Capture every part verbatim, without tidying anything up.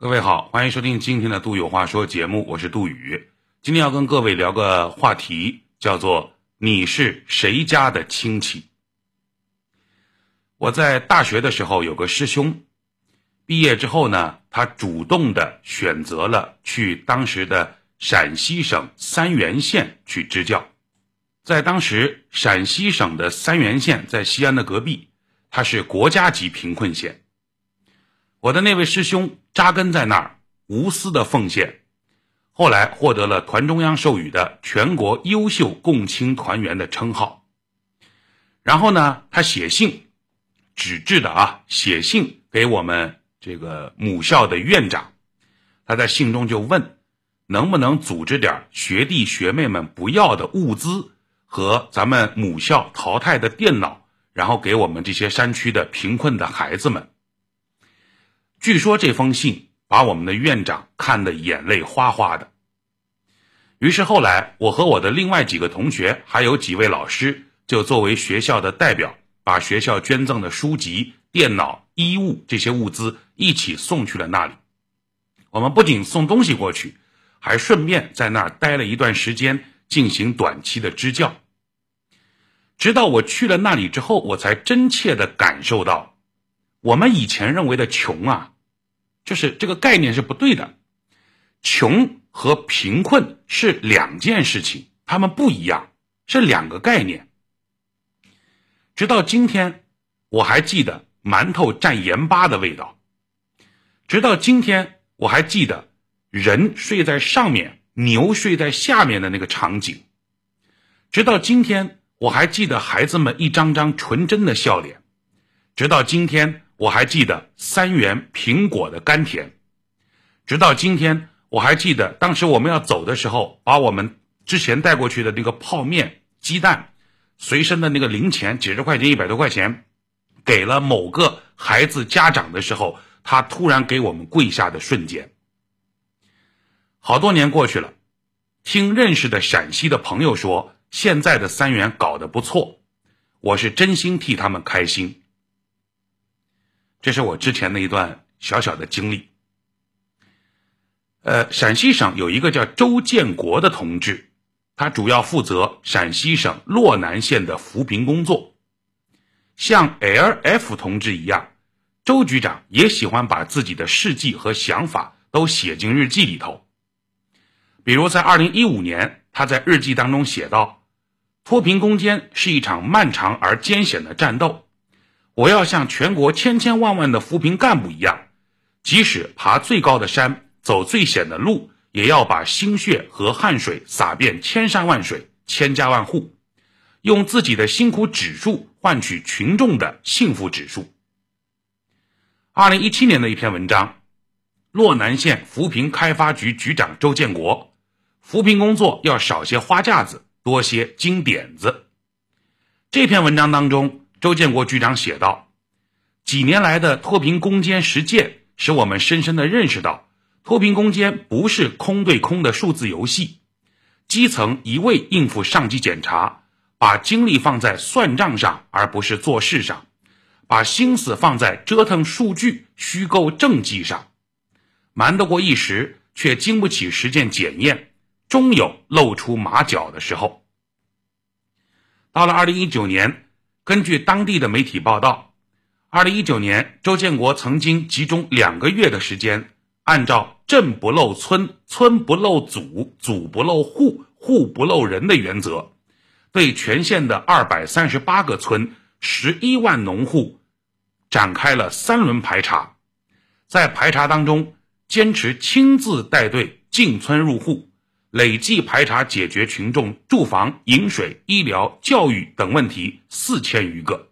各位好，欢迎收听今天的杜有话说节目，我是杜宇。今天要跟各位聊个话题，叫做你是谁家的亲戚。我在大学的时候有个师兄，毕业之后呢，他主动的选择了去当时的陕西省三原县去支教。在当时陕西省的三原县在西安的隔壁，它是国家级贫困县。我的那位师兄扎根在那儿，无私的奉献，后来获得了团中央授予的全国优秀共青团员的称号。然后呢，他写信，纸质的啊，写信给我们这个母校的院长。他在信中就问，能不能组织点学弟学妹们不要的物资和咱们母校淘汰的电脑，然后给我们这些山区的贫困的孩子们。据说这封信把我们的院长看得眼泪哗哗的。于是后来我和我的另外几个同学还有几位老师就作为学校的代表，把学校捐赠的书籍、电脑、衣物这些物资一起送去了那里。我们不仅送东西过去，还顺便在那儿待了一段时间，进行短期的支教。直到我去了那里之后，我才真切地感受到，我们以前认为的穷啊，就是这个概念是不对的。穷和贫困是两件事情，它们不一样，是两个概念。直到今天，我还记得馒头蘸盐巴的味道。直到今天，我还记得人睡在上面，牛睡在下面的那个场景。直到今天，我还记得孩子们一张张纯真的笑脸。直到今天，我还记得三元苹果的甘甜。直到今天，我还记得当时我们要走的时候，把我们之前带过去的那个泡面、鸡蛋、随身的那个零钱，几十块钱、一百多块钱，给了某个孩子家长的时候，他突然给我们跪下的瞬间。好多年过去了，听认识的陕西的朋友说，现在的三元搞得不错，我是真心替他们开心。这是我之前的一段小小的经历。呃，陕西省有一个叫周建国的同志，他主要负责陕西省洛南县的扶贫工作。像 L F 同志一样，周局长也喜欢把自己的事迹和想法都写进日记里头。比如在二零一五年，他在日记当中写道，脱贫攻坚是一场漫长而艰险的战斗，我要像全国千千万万的扶贫干部一样，即使爬最高的山，走最险的路，也要把心血和汗水洒遍千山万水，千家万户，用自己的辛苦指数换取群众的幸福指数。二零一七年的一篇文章，洛南县扶贫开发局局长周建国，扶贫工作要少些花架子，多些金点子。这篇文章当中，周建国局长写道，几年来的脱贫攻坚实践使我们深深地认识到，脱贫攻坚不是空对空的数字游戏，基层一味应付上级检查，把精力放在算账上而不是做事上，把心思放在折腾数据、虚构政绩上，瞒得过一时，却经不起实践检验，终有露出马脚的时候。到了二零一九年，根据当地的媒体报道，二零一九年周建国曾经集中两个月的时间，按照镇不漏村、村不漏组、组不漏户、户不漏人的原则，对全县的二百三十八个村、十一万农户展开了三轮排查。在排查当中，坚持亲自带队进村入户，累计排查解决群众住房、饮水、医疗、教育等问题四千余个。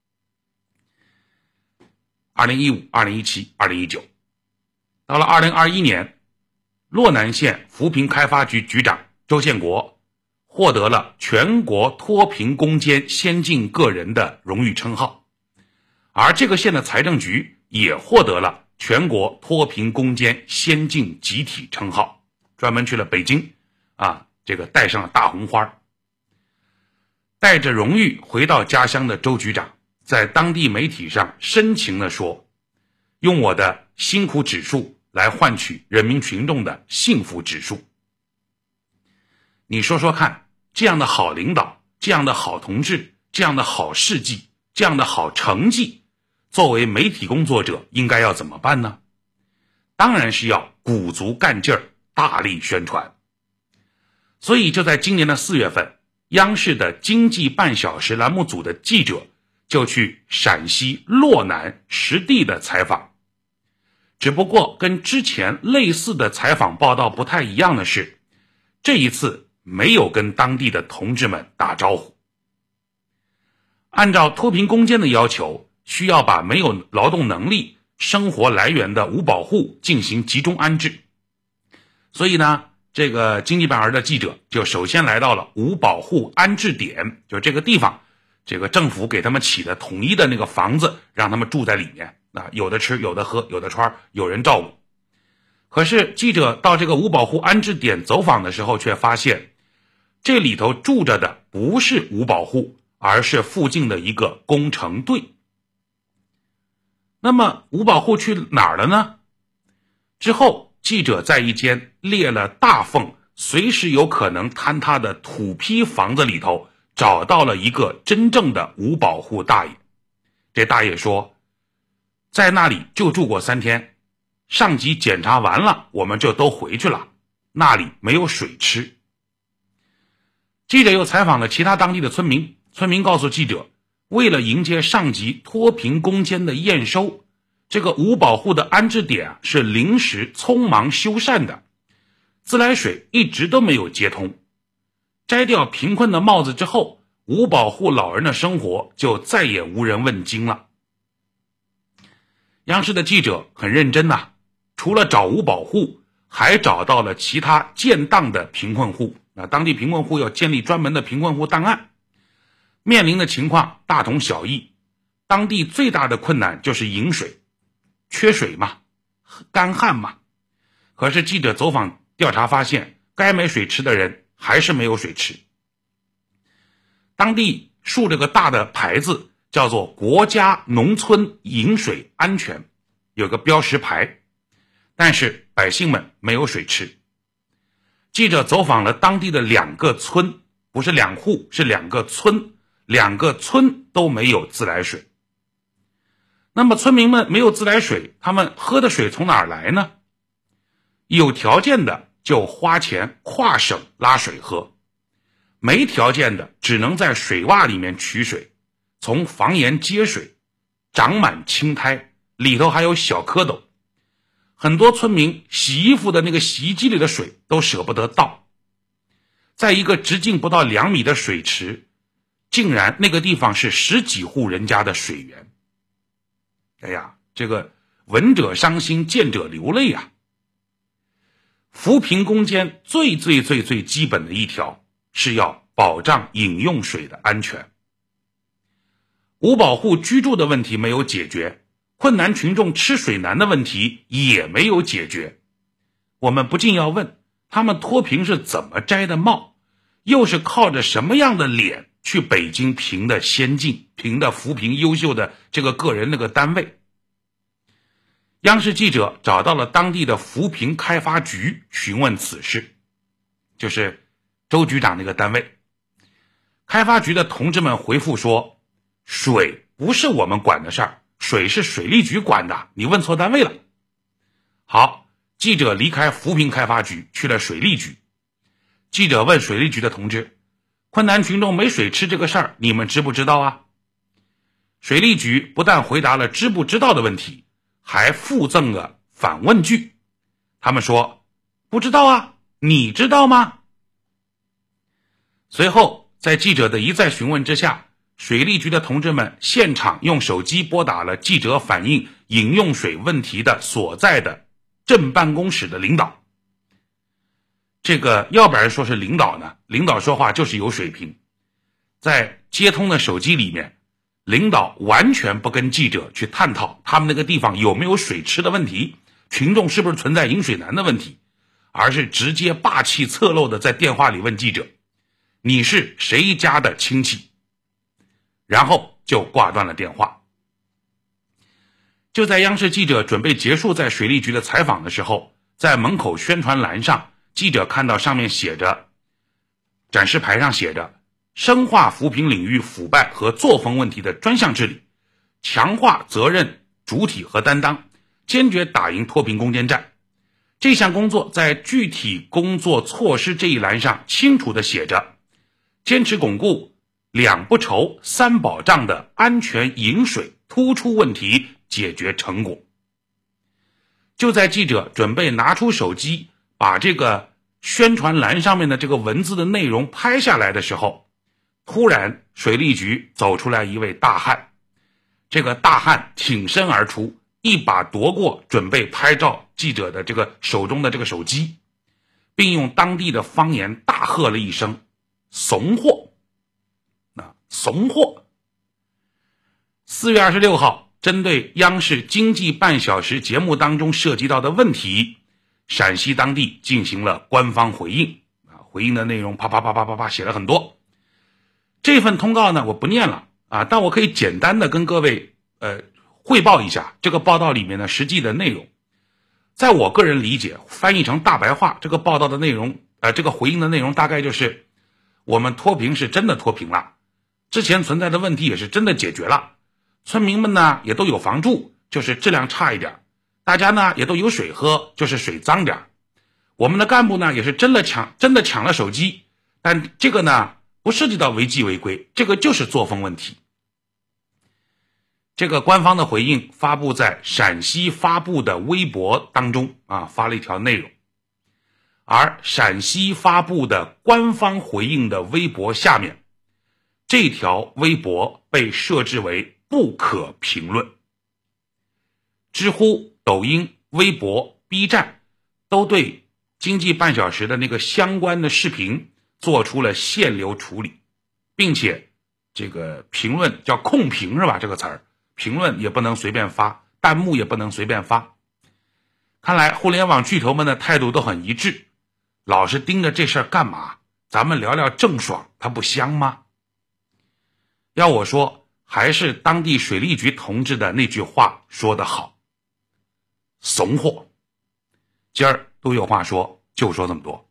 二零一五、二零一七、二零一九，到了二零二一年，洛南县扶贫开发局局长周建国获得了全国脱贫攻坚先进个人的荣誉称号，而这个县的财政局也获得了全国脱贫攻坚先进集体称号，专门去了北京啊，这个带上了大红花。带着荣誉回到家乡的周局长在当地媒体上深情地说，用我的辛苦指数来换取人民群众的幸福指数。你说说看，这样的好领导，这样的好同志，这样的好事迹，这样的好成绩，作为媒体工作者应该要怎么办呢？当然是要鼓足干劲儿，大力宣传。所以就在今年的四月份，央视的经济半小时栏目组的记者就去陕西洛南实地的采访。只不过跟之前类似的采访报道不太一样的是，这一次没有跟当地的同志们打招呼。按照脱贫攻坚的要求，需要把没有劳动能力、生活来源的五保户进行集中安置。所以呢，这个经济半小时的记者就首先来到了五保户安置点，就这个地方，这个政府给他们起的统一的那个房子，让他们住在里面啊，有的吃，有的喝，有的穿，有人照顾。可是记者到这个五保户安置点走访的时候，却发现这里头住着的不是五保户，而是附近的一个工程队。那么五保户去哪儿了呢？之后记者在一间裂了大缝，随时有可能坍塌的土坯房子里头找到了一个真正的五保户大爷。这大爷说，在那里就住过三天，上级检查完了我们就都回去了，那里没有水吃。记者又采访了其他当地的村民，村民告诉记者，为了迎接上级脱贫攻坚的验收，这个五保户的安置点啊是临时匆忙修缮的，自来水一直都没有接通。摘掉贫困的帽子之后，五保户老人的生活就再也无人问津了。央视的记者很认真呐、啊，除了找五保户，还找到了其他建档的贫困户。那当地贫困户要建立专门的贫困户档案，面临的情况大同小异。当地最大的困难就是饮水，缺水嘛，干旱嘛。可是记者走访调查发现，该没水吃的人还是没有水吃。当地竖着个大的牌子，叫做国家农村饮水安全，有个标识牌，但是百姓们没有水吃。记者走访了当地的两个村，不是两户，是两个村，两个村都没有自来水。那么村民们没有自来水，他们喝的水从哪儿来呢？有条件的就花钱跨省拉水喝，没条件的只能在水洼里面取水，从房檐接水，长满青苔，里头还有小蝌蚪。很多村民洗衣服的那个洗衣机里的水都舍不得倒。在一个直径不到两米的水池，竟然那个地方是十几户人家的水源。哎呀，这个闻者伤心，见者流泪啊。扶贫攻坚最最最最基本的一条是要保障饮用水的安全。五保户居住的问题没有解决，困难群众吃水难的问题也没有解决。我们不禁要问，他们脱贫是怎么摘的帽，又是靠着什么样的脸去北京评的先进，评的扶贫优秀的这个个人那个单位？央视记者找到了当地的扶贫开发局询问此事，就是周局长那个单位。开发局的同志们回复说，水不是我们管的事儿，水是水利局管的，你问错单位了。好，记者离开扶贫开发局去了水利局。记者问水利局的同志，困难群众没水吃这个事儿你们知不知道啊？水利局不但回答了知不知道的问题，还附赠了反问句。他们说，不知道啊，你知道吗？随后在记者的一再询问之下，水利局的同志们现场用手机拨打了记者反映饮用水问题的所在的镇办公室的领导。这个要不然说是领导呢，领导说话就是有水平。在接通的手机里面，领导完全不跟记者去探讨他们那个地方有没有水吃的问题，群众是不是存在饮水难的问题，而是直接霸气侧漏的在电话里问记者，你是谁家的亲戚？然后就挂断了电话。 就在央视记者准备结束在水利局的采访的时候，在门口宣传栏上，记者看到上面写着，展示牌上写着深化扶贫领域腐败和作风问题的专项治理，强化责任主体和担当，坚决打赢脱贫攻坚战。这项工作在具体工作措施这一栏上清楚地写着，坚持巩固两不愁三保障的安全饮水突出问题解决成果。就在记者准备拿出手机把这个宣传栏上面的这个文字的内容拍下来的时候，突然水利局走出来一位大汉，这个大汉挺身而出，一把夺过准备拍照记者的这个手中的这个手机，并用当地的方言大喝了一声怂货。啊，怂货。四月二十六号，针对央视经济半小时节目当中涉及到的问题，陕西当地进行了官方回应啊，回应的内容啪啪啪啪啪啪写了很多。这份通告呢我不念了啊，但我可以简单的跟各位呃汇报一下这个报道里面的实际的内容。在我个人理解，翻译成大白话，这个报道的内容呃这个回应的内容大概就是，我们脱贫是真的脱贫了，之前存在的问题也是真的解决了，村民们呢也都有房住，就是质量差一点，大家呢也都有水喝，就是水脏点，我们的干部呢也是真的抢真的抢了手机，但这个呢不涉及到违纪违规，这个就是作风问题。这个官方的回应发布在陕西发布的微博当中啊，发了一条内容，而陕西发布的官方回应的微博下面，这条微博被设置为不可评论。知乎、抖音、微博、B 站都对经济半小时的那个相关的视频做出了限流处理，并且这个评论叫控评是吧？这个词儿，评论也不能随便发，弹幕也不能随便发。看来互联网巨头们的态度都很一致，老是盯着这事儿干嘛？咱们聊聊郑爽，它不香吗？要我说，还是当地水利局同志的那句话说得好，怂货。今儿都有话说，就说这么多。